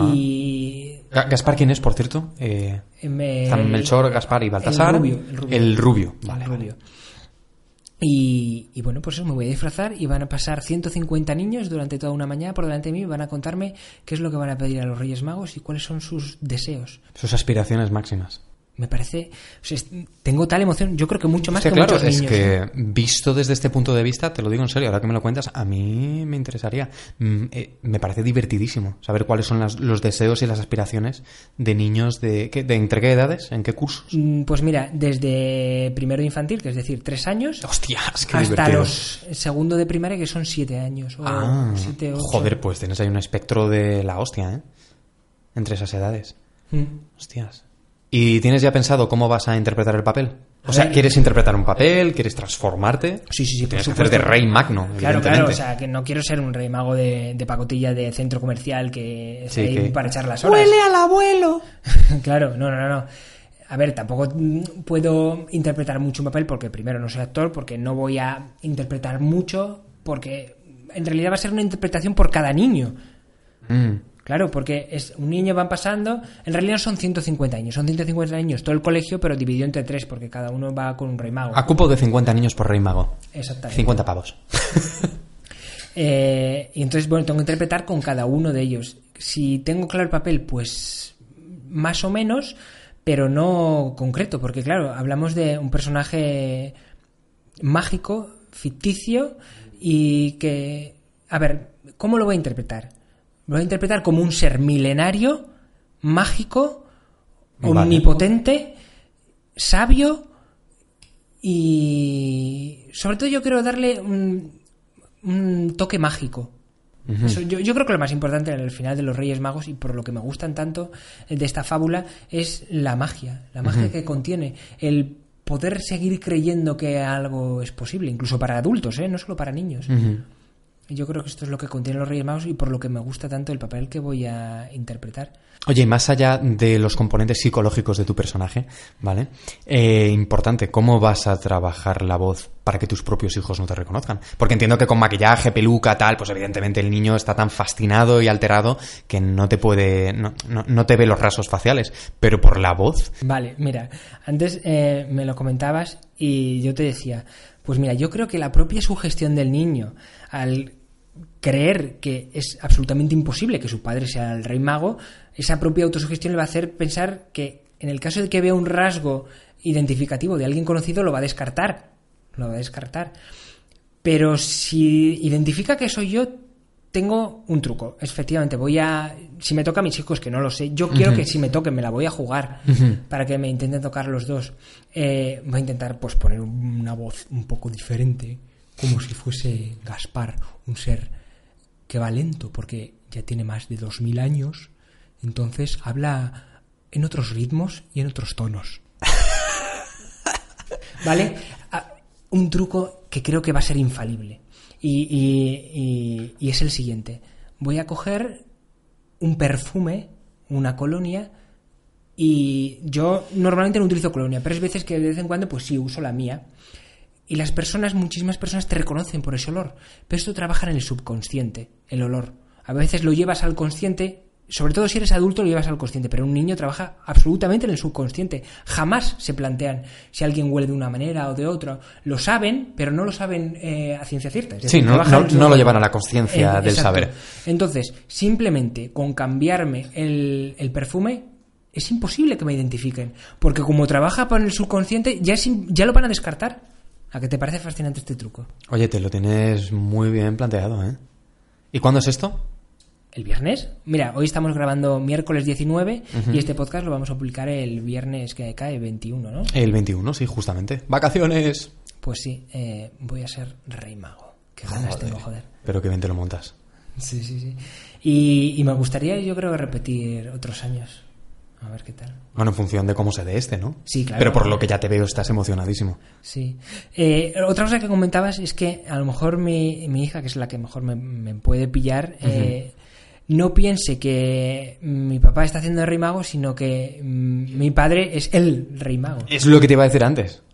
Y... ¿Gaspar quién es, por cierto? Están Melchor, Gaspar y Baltasar. El rubio. Vale. El rubio. Y bueno, pues eso, me voy a disfrazar y van a pasar 150 niños durante toda una mañana por delante de mí y van a contarme qué es lo que van a pedir a los Reyes Magos y cuáles son sus deseos. Sus aspiraciones máximas. Me parece... O sea, tengo tal emoción, yo creo que mucho más que claro, muchos niños. Es que visto desde este punto de vista, te lo digo en serio, ahora que me lo cuentas, a mí me interesaría. Me parece divertidísimo saber cuáles son los deseos y las aspiraciones de niños de ¿entre qué edades? ¿En qué cursos? Pues mira, desde primero de infantil, que es decir, 3 años, ¡Hostias, qué hasta divertido! los segundo de primaria, que son 7 años. O 7, 8. Joder, pues tienes ahí un espectro de la hostia, ¿eh? Entre esas edades. Hostias. ¿Y tienes ya pensado cómo vas a interpretar el papel? O sea, ¿quieres interpretar un papel? ¿Quieres transformarte? Sí, Tienes que hacer de rey magno, claro, o sea, que no quiero ser un rey mago de pacotilla de centro comercial que está ahí para echar las horas. ¡Huele al abuelo! Claro, no. A ver, tampoco puedo interpretar mucho un papel porque primero no soy actor, porque no voy a interpretar mucho, porque en realidad va a ser una interpretación por cada niño. Claro, porque un niño van pasando, en realidad son 150 niños, todo el colegio, pero dividido entre 3, porque cada uno va con un rey mago. A cupo de 50 niños por rey mago. Exactamente. 50 pavos. Y entonces, bueno, tengo que interpretar con cada uno de ellos. Si tengo claro el papel, pues más o menos, pero no concreto, porque claro, hablamos de un personaje mágico, ficticio, y que... A ver, ¿cómo lo voy a interpretar? Lo voy a interpretar como un ser milenario, mágico, omnipotente, sabio y sobre todo yo quiero darle un toque mágico. Eso, yo creo que lo más importante al final de los Reyes Magos y por lo que me gustan tanto de esta fábula es la magia que contiene, el poder seguir creyendo que algo es posible, incluso para adultos, no solo para niños. Yo creo que esto es lo que contienen los Reyes Magos y por lo que me gusta tanto el papel que voy a interpretar. Oye, y más allá de los componentes psicológicos de tu personaje, ¿vale? Importante, ¿cómo vas a trabajar la voz para que tus propios hijos no te reconozcan? Porque entiendo que con maquillaje, peluca, tal, pues evidentemente el niño está tan fascinado y alterado que no te puede, no te ve los rasgos faciales, pero por la voz... Vale, mira, antes me lo comentabas y yo te decía, pues mira, yo creo que la propia sugestión del niño al creer que es absolutamente imposible que su padre sea el rey mago, esa propia autosugestión le va a hacer pensar que en el caso de que vea un rasgo identificativo de alguien conocido lo va a descartar. Pero si identifica que soy yo, tengo un truco. Efectivamente, si me toca a mis hijos, que no lo sé, yo quiero que si me toquen me la voy a jugar para que me intenten tocar los dos. Voy a intentar pues poner una voz un poco diferente, como si fuese Gaspar, un ser que va lento porque ya tiene más de 2000 años, entonces habla en otros ritmos y en otros tonos. ¿Vale? Un truco que creo que va a ser infalible y es el siguiente. Voy a coger un perfume, una colonia, y yo normalmente no utilizo colonia, pero hay veces que de vez en cuando pues sí uso la mía. Y muchísimas personas te reconocen por ese olor. Pero esto trabaja en el subconsciente, el olor. A veces lo llevas al consciente, sobre todo si eres adulto lo llevas al consciente, pero un niño trabaja absolutamente en el subconsciente. Jamás se plantean si alguien huele de una manera o de otra. Lo saben, pero no lo saben a ciencia cierta. Es decir, no lo llevan a la consciencia del exacto. saber. Entonces, simplemente con cambiarme el perfume, es imposible que me identifiquen. Porque como trabaja con el subconsciente, ya lo van a descartar. ¿A qué te parece fascinante este truco? Oye, te lo tienes muy bien planteado, ¿eh? ¿Y cuándo es esto? ¿El viernes? Mira, hoy estamos grabando miércoles 19 y este podcast lo vamos a publicar el viernes que cae, 21, ¿no? El 21, sí, justamente. ¡Vacaciones! Pues sí, voy a ser rey mago. Qué ganas tengo, joder. Pero qué bien te lo montas. Sí. Y me gustaría, yo creo, repetir otros años. A ver qué tal. Bueno, en función de cómo se dé ¿no? Sí, claro. Pero por lo que ya te veo estás emocionadísimo. Sí. Otra cosa que comentabas es que a lo mejor mi hija, que es la que mejor me puede pillar, no piense que mi papá está haciendo el rey mago, sino que mi padre es el rey mago. Es lo que te iba a decir antes.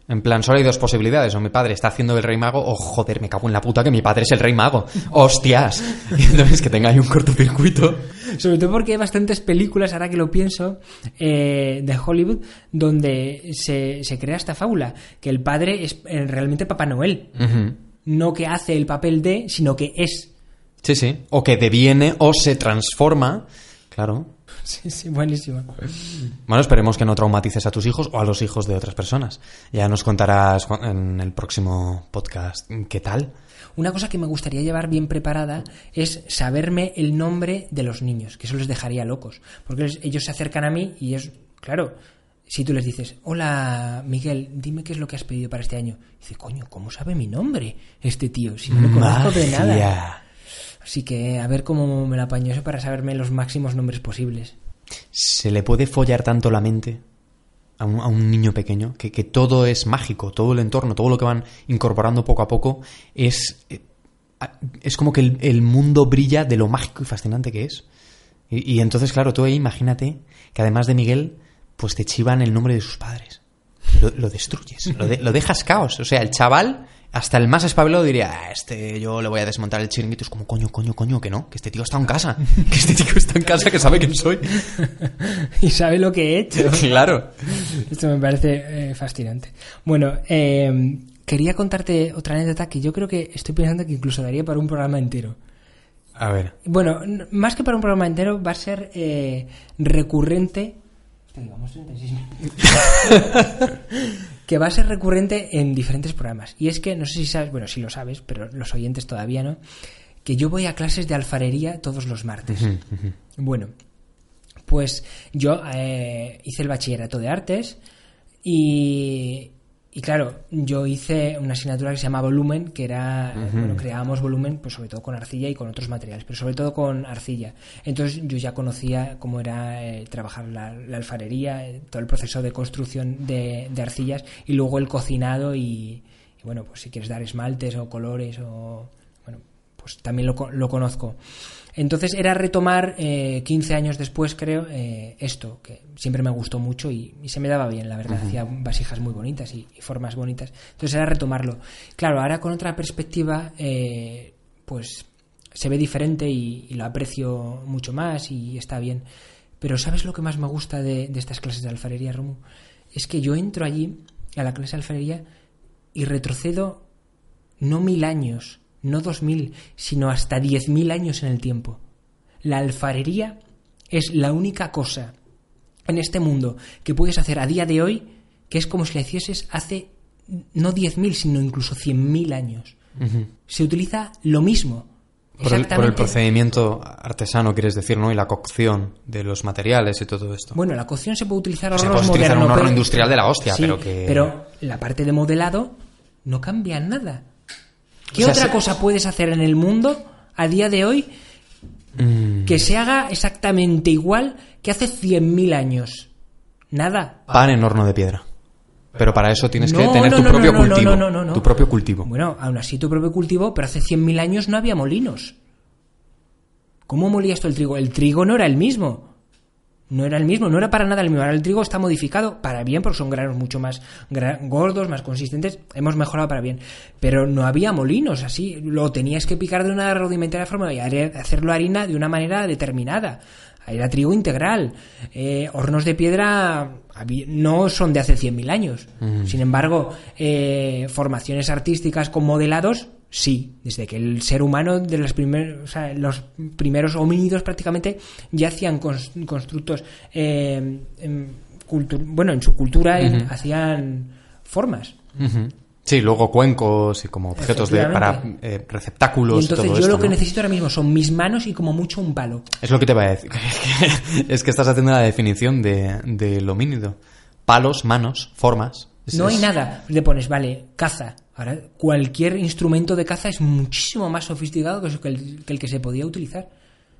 En plan, solo hay dos posibilidades. O mi padre está haciendo el rey mago, o joder, me cago en la puta que mi padre es el rey mago. ¡Hostias! Y entonces que tenga ahí un cortocircuito. Sobre todo porque hay bastantes películas, ahora que lo pienso, de Hollywood, donde se crea esta fábula, que el padre es realmente Papá Noel. Uh-huh. No que hace el papel de, sino que es. Sí, sí. O que deviene o se transforma. Claro. Sí, buenísimo. Bueno, esperemos que no traumatices a tus hijos o a los hijos de otras personas. Ya nos contarás en el próximo podcast qué tal. Una cosa que me gustaría llevar bien preparada es saberme el nombre de los niños, que eso les dejaría locos. Porque ellos se acercan a mí y es, claro, si tú les dices, hola Miguel, dime qué es lo que has pedido para este año. Y dice, coño, ¿cómo sabe mi nombre este tío? Si no lo conozco de nada. Así que a ver cómo me la apaño eso para saberme los máximos nombres posibles. ¿Se le puede follar tanto la mente a un niño pequeño que todo es mágico, todo el entorno, todo lo que van incorporando poco a poco es como que el mundo brilla de lo mágico y fascinante que es? Y entonces, claro, tú ahí imagínate que además de Miguel, pues te chivan el nombre de sus padres. Lo destruyes, lo dejas caos. O sea, el chaval, hasta el más espabilado diría, yo le voy a desmontar el chiringuito. Es como, coño, que no, que este tío está en casa. Que este tío está en casa, que sabe quién soy. Y sabe lo que he hecho. Claro. Esto me parece fascinante. Bueno, quería contarte otra anécdota que yo creo que estoy pensando que incluso daría para un programa entero. A ver. Bueno, más que para un programa entero, va a ser recurrente. Vamos 36 minutos. Que va a ser recurrente en diferentes programas. Y es que, no sé si sabes, bueno, sí lo sabes, pero los oyentes todavía no, que yo voy a clases de alfarería todos los martes. Uh-huh, uh-huh. Bueno, pues yo hice el bachillerato de artes y claro, yo hice una asignatura que se llama volumen, que era, bueno, creábamos volumen pues sobre todo con arcilla y con otros materiales, pero sobre todo con arcilla. Entonces yo ya conocía cómo era trabajar la alfarería, todo el proceso de construcción de arcillas y luego el cocinado y bueno, pues si quieres dar esmaltes o colores o bueno, pues también lo conozco. Entonces era retomar 15 años después, creo, esto, que siempre me gustó mucho y se me daba bien, la verdad. Hacía vasijas muy bonitas y formas bonitas. Entonces era retomarlo. Claro, ahora con otra perspectiva, pues se ve diferente y lo aprecio mucho más y está bien. Pero ¿sabes lo que más me gusta de estas clases de alfarería, Romu? Es que yo entro allí, a la clase de alfarería, y retrocedo no 1000 años, no 2000, sino hasta 10.000 años en el tiempo. La alfarería es la única cosa en este mundo que puedes hacer a día de hoy que es como si la hicieses hace no 10.000, sino incluso 100.000 años. Uh-huh. Se utiliza lo mismo. Por el procedimiento artesano, quieres decir, ¿no? Y la cocción de los materiales y todo esto. Bueno, la cocción se puede utilizar se puede utilizar un horno industrial de la hostia, sí, pero la parte de modelado no cambia nada. ¿Qué otra cosa puedes hacer en el mundo a día de hoy que se haga exactamente igual que hace 100.000 años? Nada. Pan en horno de piedra. Pero para eso tienes que tener tu propio cultivo. No. Tu propio cultivo. Bueno, aún así tu propio cultivo, pero hace 100.000 años no había molinos. ¿Cómo molías tú el trigo? El trigo no era el mismo. No era el mismo, no era para nada el mismo. Ahora el trigo está modificado para bien porque son granos mucho más gordos, más consistentes. Hemos mejorado para bien. Pero no había molinos así. Lo tenías que picar de una rudimentaria forma y hacerlo harina de una manera determinada. Era trigo integral. Hornos de piedra no son de hace 100.000 años. Sin embargo, formaciones artísticas con modelados, sí. Desde que el ser humano, de los primeros homínidos prácticamente, ya hacían constructos. En su cultura hacían formas. Sí, luego cuencos y como objetos para receptáculos. Y entonces y todo yo esto, lo que ¿no? necesito ahora mismo son mis manos y como mucho un palo. Es lo que te voy a decir. Es que estás haciendo la definición del homínido. Palos, manos, formas. No hay nada. Le pones, vale, caza. Ahora, cualquier instrumento de caza es muchísimo más sofisticado que el que se podía utilizar.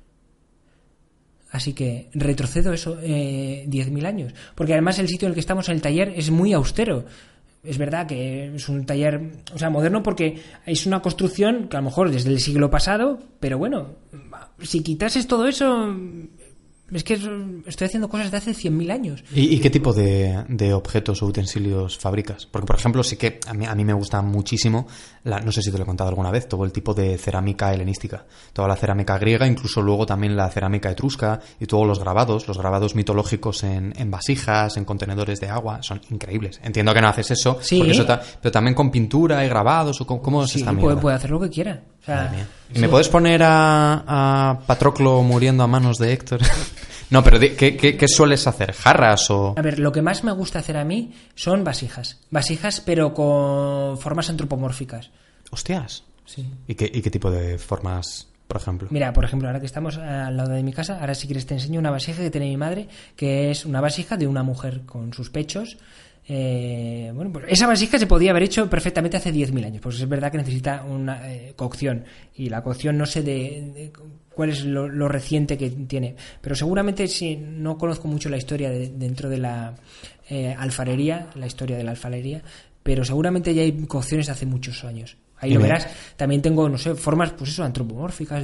Así que retrocedo eso 10.000 años. Porque además el sitio en el que estamos, en el taller, es muy austero. Es verdad que es un taller, moderno porque es una construcción que a lo mejor desde el siglo pasado, pero bueno, si quitases todo eso, Es que estoy haciendo cosas de hace 100.000 años. ¿Y qué tipo de objetos o utensilios fabricas? Porque, por ejemplo, sí que a mí me gusta muchísimo, no sé si te lo he contado alguna vez, todo el tipo de cerámica helenística. Toda la cerámica griega, incluso luego también la cerámica etrusca y todos los grabados mitológicos en vasijas, en contenedores de agua, son increíbles. Entiendo que no haces eso, sí, porque pero también con pintura y grabados, o ¿cómo es esta mierda? Puede hacer lo que quiera. O sea, ¿Y me puedes poner a Patroclo muriendo a manos de Héctor? No, pero ¿qué sueles hacer? ¿Jarras o...? A ver, lo que más me gusta hacer a mí son vasijas. Vasijas, pero con formas antropomórficas. Hostias. Sí. ¿Y qué tipo de formas, por ejemplo? Mira, por ejemplo, ahora que estamos al lado de mi casa, ahora si quieres te enseño una vasija que tiene mi madre, que es una vasija de una mujer con sus pechos. Bueno, pues esa vasija se podía haber hecho perfectamente hace 10.000 años, pues es verdad que necesita una cocción, y la cocción no sé de cuál es lo reciente que tiene, pero seguramente sí, no conozco mucho la historia dentro de la alfarería, la historia de la alfarería, pero seguramente ya hay cocciones de hace muchos años. Ahí lo verás. También tengo, no sé, formas, pues eso, antropomórficas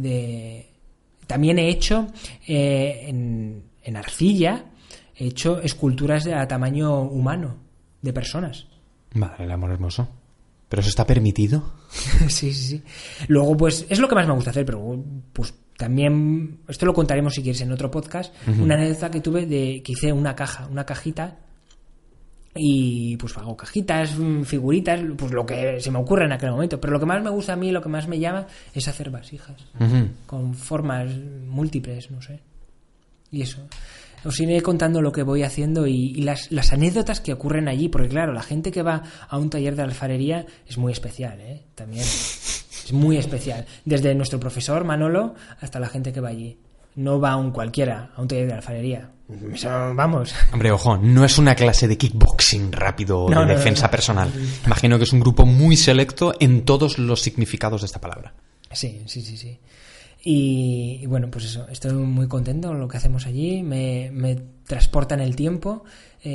También he hecho en arcilla. He hecho esculturas a tamaño humano, de personas. Madre, el amor hermoso. ¿Pero eso está permitido? Sí. Luego, pues, es lo que más me gusta hacer, pero pues también, esto lo contaremos si quieres en otro podcast, una anécdota que tuve que hice una cajita, y pues hago cajitas, figuritas, pues lo que se me ocurre en aquel momento. Pero lo que más me gusta a mí, lo que más me llama, es hacer vasijas, con formas múltiples, no sé. Y eso... Os iré contando lo que voy haciendo y las anécdotas que ocurren allí, porque claro, la gente que va a un taller de alfarería es muy especial, también es muy especial, desde nuestro profesor Manolo hasta la gente que va allí. No va un cualquiera a un taller de alfarería. Eso, vamos. Hombre, ojo, no es una clase de kickboxing rápido o de defensa personal. Imagino que es un grupo muy selecto en todos los significados de esta palabra. Sí. Y bueno, pues eso, estoy muy contento con lo que hacemos allí, me transporta en el tiempo,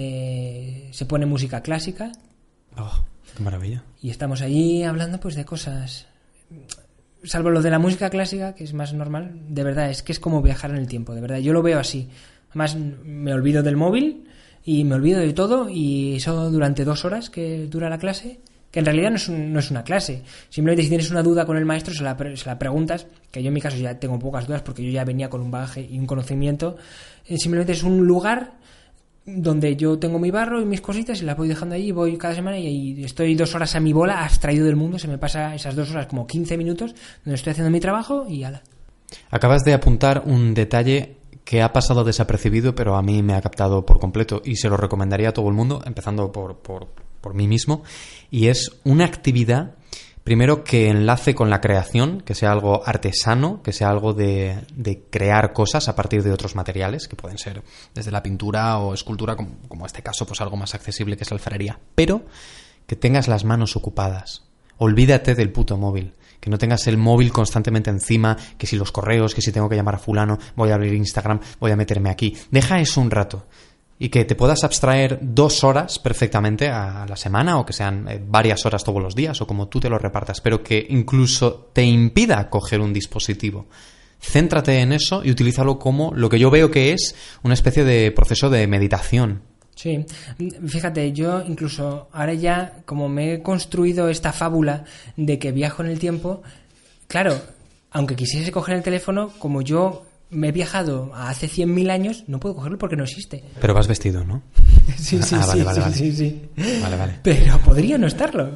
se pone música clásica. ¡Oh, qué maravilla! Y estamos allí hablando pues de cosas, salvo lo de la música clásica, que es más normal, de verdad, es que es como viajar en el tiempo, de verdad, yo lo veo así. Además, me olvido del móvil y me olvido de todo, y eso durante 2 horas que dura la clase, que en realidad no es una clase. Simplemente si tienes una duda con el maestro se la preguntas, que yo en mi caso ya tengo pocas dudas porque yo ya venía con un bagaje y un conocimiento. Simplemente es un lugar donde yo tengo mi barro y mis cositas y las voy dejando allí, voy cada semana y estoy 2 horas a mi bola, abstraído del mundo. Se me pasa esas 2 horas como 15 minutos donde estoy haciendo mi trabajo y ala. Acabas de apuntar un detalle que ha pasado desapercibido, pero a mí me ha captado por completo y se lo recomendaría a todo el mundo, empezando por mí mismo, y es una actividad, primero, que enlace con la creación, que sea algo artesano, que sea algo de crear cosas a partir de otros materiales, que pueden ser desde la pintura o escultura, como este caso, pues algo más accesible que es la alfarería, pero que tengas las manos ocupadas. Olvídate del puto móvil. Que no tengas el móvil constantemente encima, que si los correos, que si tengo que llamar a fulano, voy a abrir Instagram, voy a meterme aquí. Deja eso un rato. Y que te puedas abstraer 2 horas perfectamente a la semana, o que sean varias horas todos los días, o como tú te lo repartas, pero que incluso te impida coger un dispositivo. Céntrate en eso y utilízalo como lo que yo veo que es una especie de proceso de meditación. Sí, fíjate, yo incluso ahora ya, como me he construido esta fábula de que viajo en el tiempo, claro, aunque quisiese coger el teléfono, como yo me he viajado a hace 100.000 años, no puedo cogerlo porque no existe. Pero vas vestido, ¿no? Sí. Vale. Vale. Pero podría no estarlo.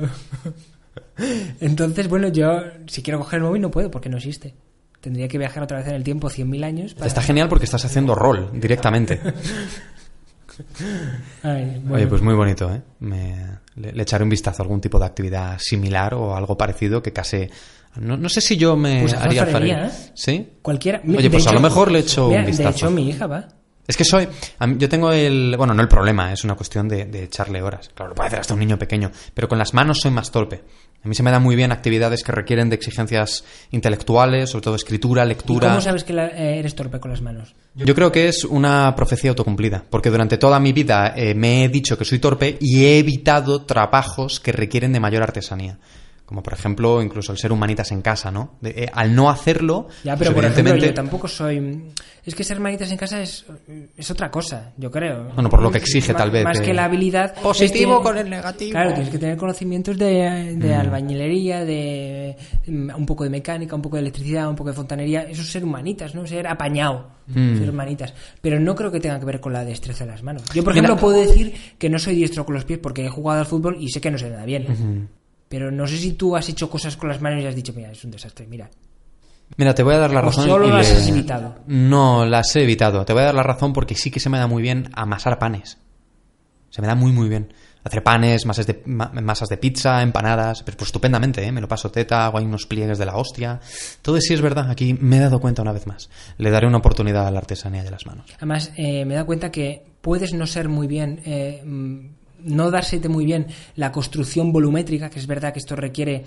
Entonces, bueno, yo si quiero coger el móvil no puedo porque no existe. Tendría que viajar otra vez en el tiempo 100.000 años. Está genial porque estás haciendo rol directamente. Ay, bueno. Oye, pues muy bonito, ¿eh? Le echaré un vistazo a algún tipo de actividad similar o algo parecido que casi... No sé si yo me haría alfarería. ¿Sí? Cualquiera. Oye, pues a lo mejor le echo un vistazo. De hecho, mi hija va. Es que yo tengo bueno, no el problema, es una cuestión de echarle horas. Claro, lo puede hacer hasta un niño pequeño, pero con las manos soy más torpe. A mí se me dan muy bien actividades que requieren de exigencias intelectuales, sobre todo escritura, lectura. ¿Y cómo sabes que eres torpe con las manos? Yo creo que es una profecía autocumplida, porque durante toda mi vida me he dicho que soy torpe y he evitado trabajos que requieren de mayor artesanía. Como por ejemplo, incluso el ser humanitas en casa, ¿no? Al no hacerlo, ya, pero pues, por ejemplo, evidentemente... yo tampoco soy... Es que ser humanitas en casa es otra cosa, yo creo. Bueno, por lo que exige, tal vez. Más que la habilidad... Positivo con el negativo. Claro, tienes que tener conocimientos de albañilería, de un poco de mecánica, un poco de electricidad, un poco de fontanería. Eso es ser humanitas, ¿no? Ser apañado, ser humanitas. Pero no creo que tenga que ver con la destreza de las manos. Yo, por ejemplo, puedo decir que no soy diestro con los pies porque he jugado al fútbol y sé que no se me da bien. Pero no sé si tú has hecho cosas con las manos y has dicho, mira, es un desastre, mira. Mira, te voy a dar la razón. ¿O solo las has evitado? No, las he evitado. Te voy a dar la razón porque sí que se me da muy bien amasar panes. Se me da muy, muy bien. Hacer panes, masas de pizza, empanadas, pero pues estupendamente, ¿eh? Me lo paso teta, hago ahí unos pliegues de la hostia. Todo sí es verdad, aquí me he dado cuenta una vez más. Le daré una oportunidad a la artesanía de las manos. Además, me he dado cuenta que puedes no ser muy bien... no dársete muy bien la construcción volumétrica, que es verdad que esto requiere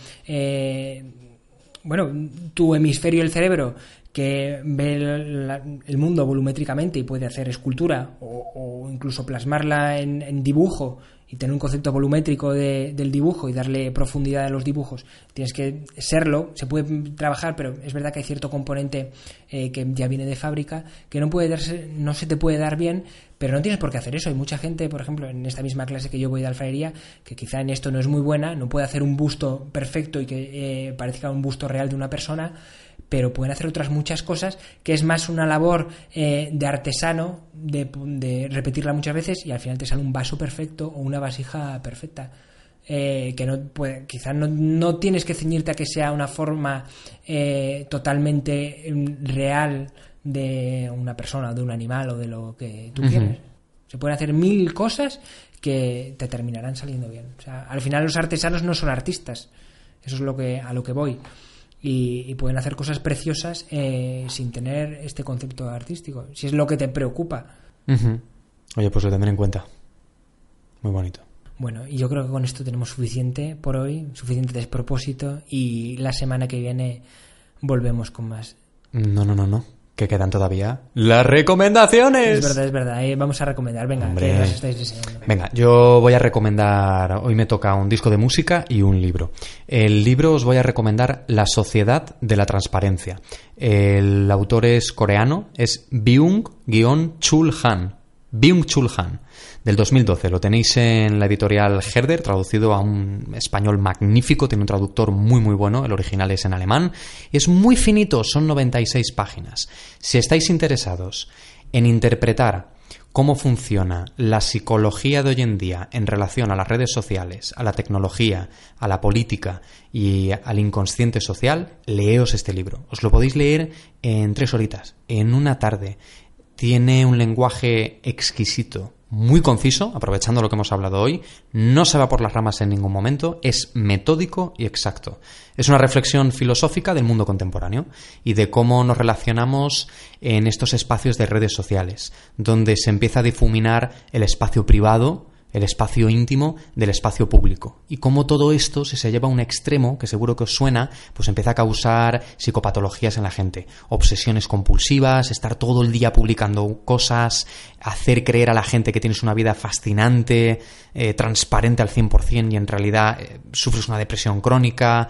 tu hemisferio del cerebro que ve el mundo volumétricamente y puede hacer escultura o incluso plasmarla en dibujo y tener un concepto volumétrico del dibujo y darle profundidad a los dibujos. Tienes que serlo, se puede trabajar, pero es verdad que hay cierto componente que ya viene de fábrica, que no se te puede dar bien, pero no tienes por qué hacer eso. Hay mucha gente, por ejemplo, en esta misma clase que yo voy de alfarería, que quizá en esto no es muy buena, no puede hacer un busto perfecto y que parezca un busto real de una persona, pero pueden hacer otras muchas cosas, que es más una labor de artesano, de repetirla muchas veces y al final te sale un vaso perfecto o una vasija perfecta. Que no puede, quizás no tienes que ceñirte a que sea una forma totalmente real de una persona, de un animal o de lo que tú quieres. Se pueden hacer 1000 cosas que te terminarán saliendo bien. O sea, al final los artesanos no son artistas. Eso es a lo que voy. Y pueden hacer cosas preciosas sin tener este concepto artístico, si es lo que te preocupa. Oye, pues lo tendré en cuenta. Muy bonito. Bueno, y yo creo que con esto tenemos suficiente por hoy, suficiente despropósito, y la semana que viene volvemos con más. No. Que quedan todavía las recomendaciones. Es verdad. Vamos a recomendar. Venga, hombre, ¿qué nos estáis deseando? Venga, yo voy a recomendar, hoy me toca un disco de música y un libro. El libro os voy a recomendar La Sociedad de la Transparencia. El autor es coreano, es Byung-Chul Han. Byung-Chul Han, del 2012. Lo tenéis en la editorial Herder, traducido a un español magnífico. Tiene un traductor muy muy bueno. El original es en alemán. Y es muy finito, son 96 páginas. Si estáis interesados en interpretar cómo funciona la psicología de hoy en día en relación a las redes sociales, a la tecnología, a la política y al inconsciente social, leeos este libro. Os lo podéis leer en 3 horitas, en una tarde. Tiene un lenguaje exquisito, muy conciso, aprovechando lo que hemos hablado hoy. No se va por las ramas en ningún momento, es metódico y exacto. Es una reflexión filosófica del mundo contemporáneo y de cómo nos relacionamos en estos espacios de redes sociales, donde se empieza a difuminar el espacio privado, el espacio íntimo del espacio público. Y cómo todo esto, si se lleva a un extremo, que seguro que os suena, pues empieza a causar psicopatologías en la gente. Obsesiones compulsivas, estar todo el día publicando cosas, hacer creer a la gente que tienes una vida fascinante, transparente al 100% y en realidad sufres una depresión crónica.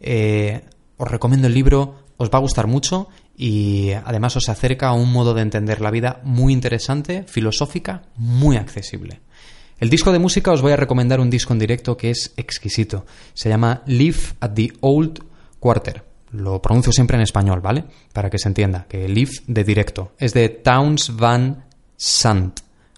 Os recomiendo el libro, os va a gustar mucho y además os acerca a un modo de entender la vida muy interesante, filosófica, muy accesible. El disco de música os voy a recomendar un disco en directo que es exquisito. Se llama Live at the Old Quarter. Lo pronuncio siempre en español, ¿vale? Para que se entienda, que Live de directo. Es de Townes Van Sant.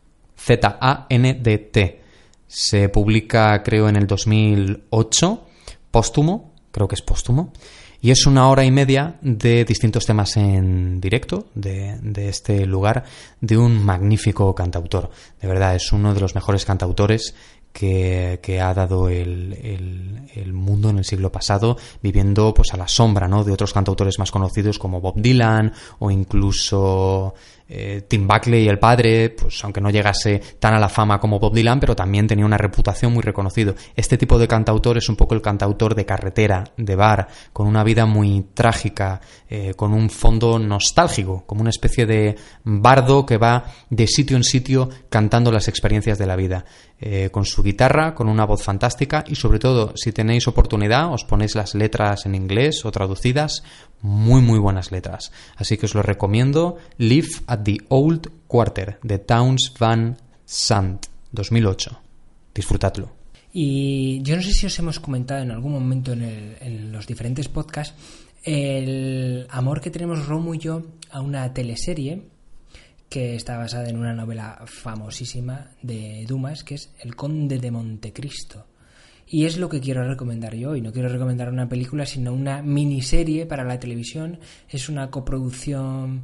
Z-A-N-D-T. Se publica, creo, en el 2008. Póstumo. Creo que es póstumo. Y es 1 hora y media de distintos temas en directo de este lugar, de un magnífico cantautor. De verdad, es uno de los mejores cantautores que ha dado el mundo en el siglo pasado, viviendo pues a la sombra, ¿no?, de otros cantautores más conocidos como Bob Dylan o incluso Tim Buckley, el padre, pues aunque no llegase tan a la fama como Bob Dylan, pero también tenía una reputación muy reconocido. Este tipo de cantautor es un poco el cantautor de carretera, de bar, con una vida muy trágica, con un fondo nostálgico, como una especie de bardo que va de sitio en sitio cantando las experiencias de la vida, con su guitarra, con una voz fantástica, y sobre todo, si tenéis oportunidad, os ponéis las letras en inglés o traducidas, muy muy buenas letras. Así que os lo recomiendo. Live at the Old Quarter, de Townes Van Sant, 2008. Disfrutadlo. Y yo no sé si os hemos comentado en algún momento en los diferentes podcasts el amor que tenemos Romo y yo a una teleserie que está basada en una novela famosísima de Dumas, que es El Conde de Montecristo. Y es lo que quiero recomendar yo hoy. No quiero recomendar una película, sino una miniserie para la televisión. Es una coproducción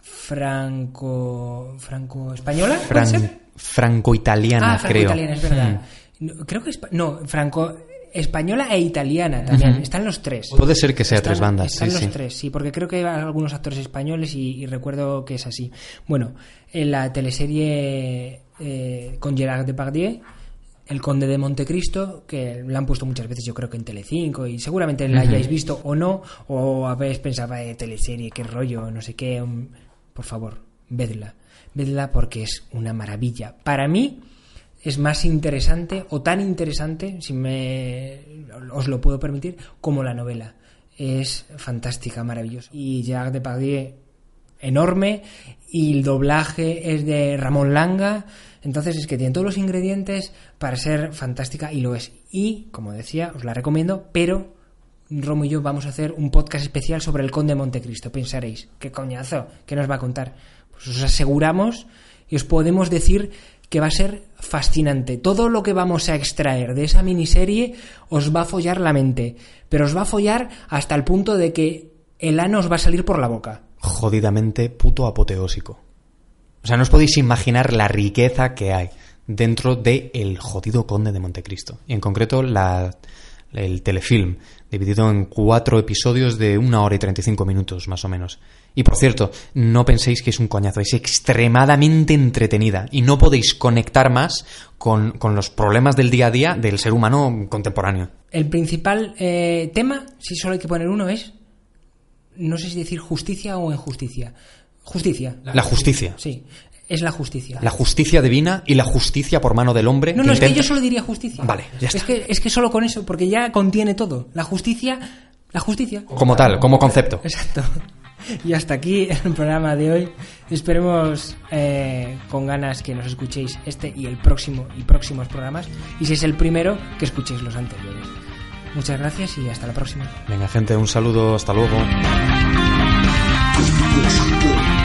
franco-española, ¿puede ser? Franco-italiana, creo. Franco-italiana, es verdad. Creo que franco-española e italiana también. Están los tres. Puede ser que sea tres bandas. Están los tres, sí, porque creo que hay algunos actores españoles y recuerdo que es así. Bueno, en la teleserie con Gerard Depardieu, El Conde de Montecristo, que la han puesto muchas veces, yo creo que en Telecinco, y seguramente la hayáis visto o no, o habéis pensado, teleserie, qué rollo, no sé qué. Por favor, vedla porque es una maravilla. Para mí es más interesante, o tan interesante, si os lo puedo permitir, como la novela. Es fantástica, maravillosa. Y Gerard Depardieu, enorme, y el doblaje es de Ramón Langa. Entonces es que tiene todos los ingredientes para ser fantástica, y lo es. Y, como decía, os la recomiendo, pero Romo y yo vamos a hacer un podcast especial sobre El Conde de Montecristo. Pensaréis, qué coñazo, ¿qué nos va a contar? Pues os aseguramos y os podemos decir que va a ser fascinante. Todo lo que vamos a extraer de esa miniserie os va a follar la mente, pero os va a follar hasta el punto de que el ano os va a salir por la boca. Jodidamente puto apoteósico. O sea, no os podéis imaginar la riqueza que hay dentro de El jodido Conde de Montecristo. Y en concreto el telefilm, dividido en 4 episodios de 1 hora y 35 minutos, más o menos. Y por cierto, no penséis que es un coñazo, es extremadamente entretenida. Y no podéis conectar más con los problemas del día a día del ser humano contemporáneo. El principal tema, si solo hay que poner uno, es, no sé si decir justicia o injusticia. Justicia. La justicia. Sí, es la justicia. La justicia divina y la justicia por mano del hombre. No, es que yo solo diría justicia. Vale, ya está. Es que solo con eso, porque ya contiene todo. La justicia. Como tal, como concepto. Exacto. Y hasta aquí el programa de hoy. Esperemos con ganas que nos escuchéis este y el próximo y próximos programas. Y si es el primero, que escuchéis los anteriores. Muchas gracias y hasta la próxima. Venga, gente, un saludo. Hasta luego.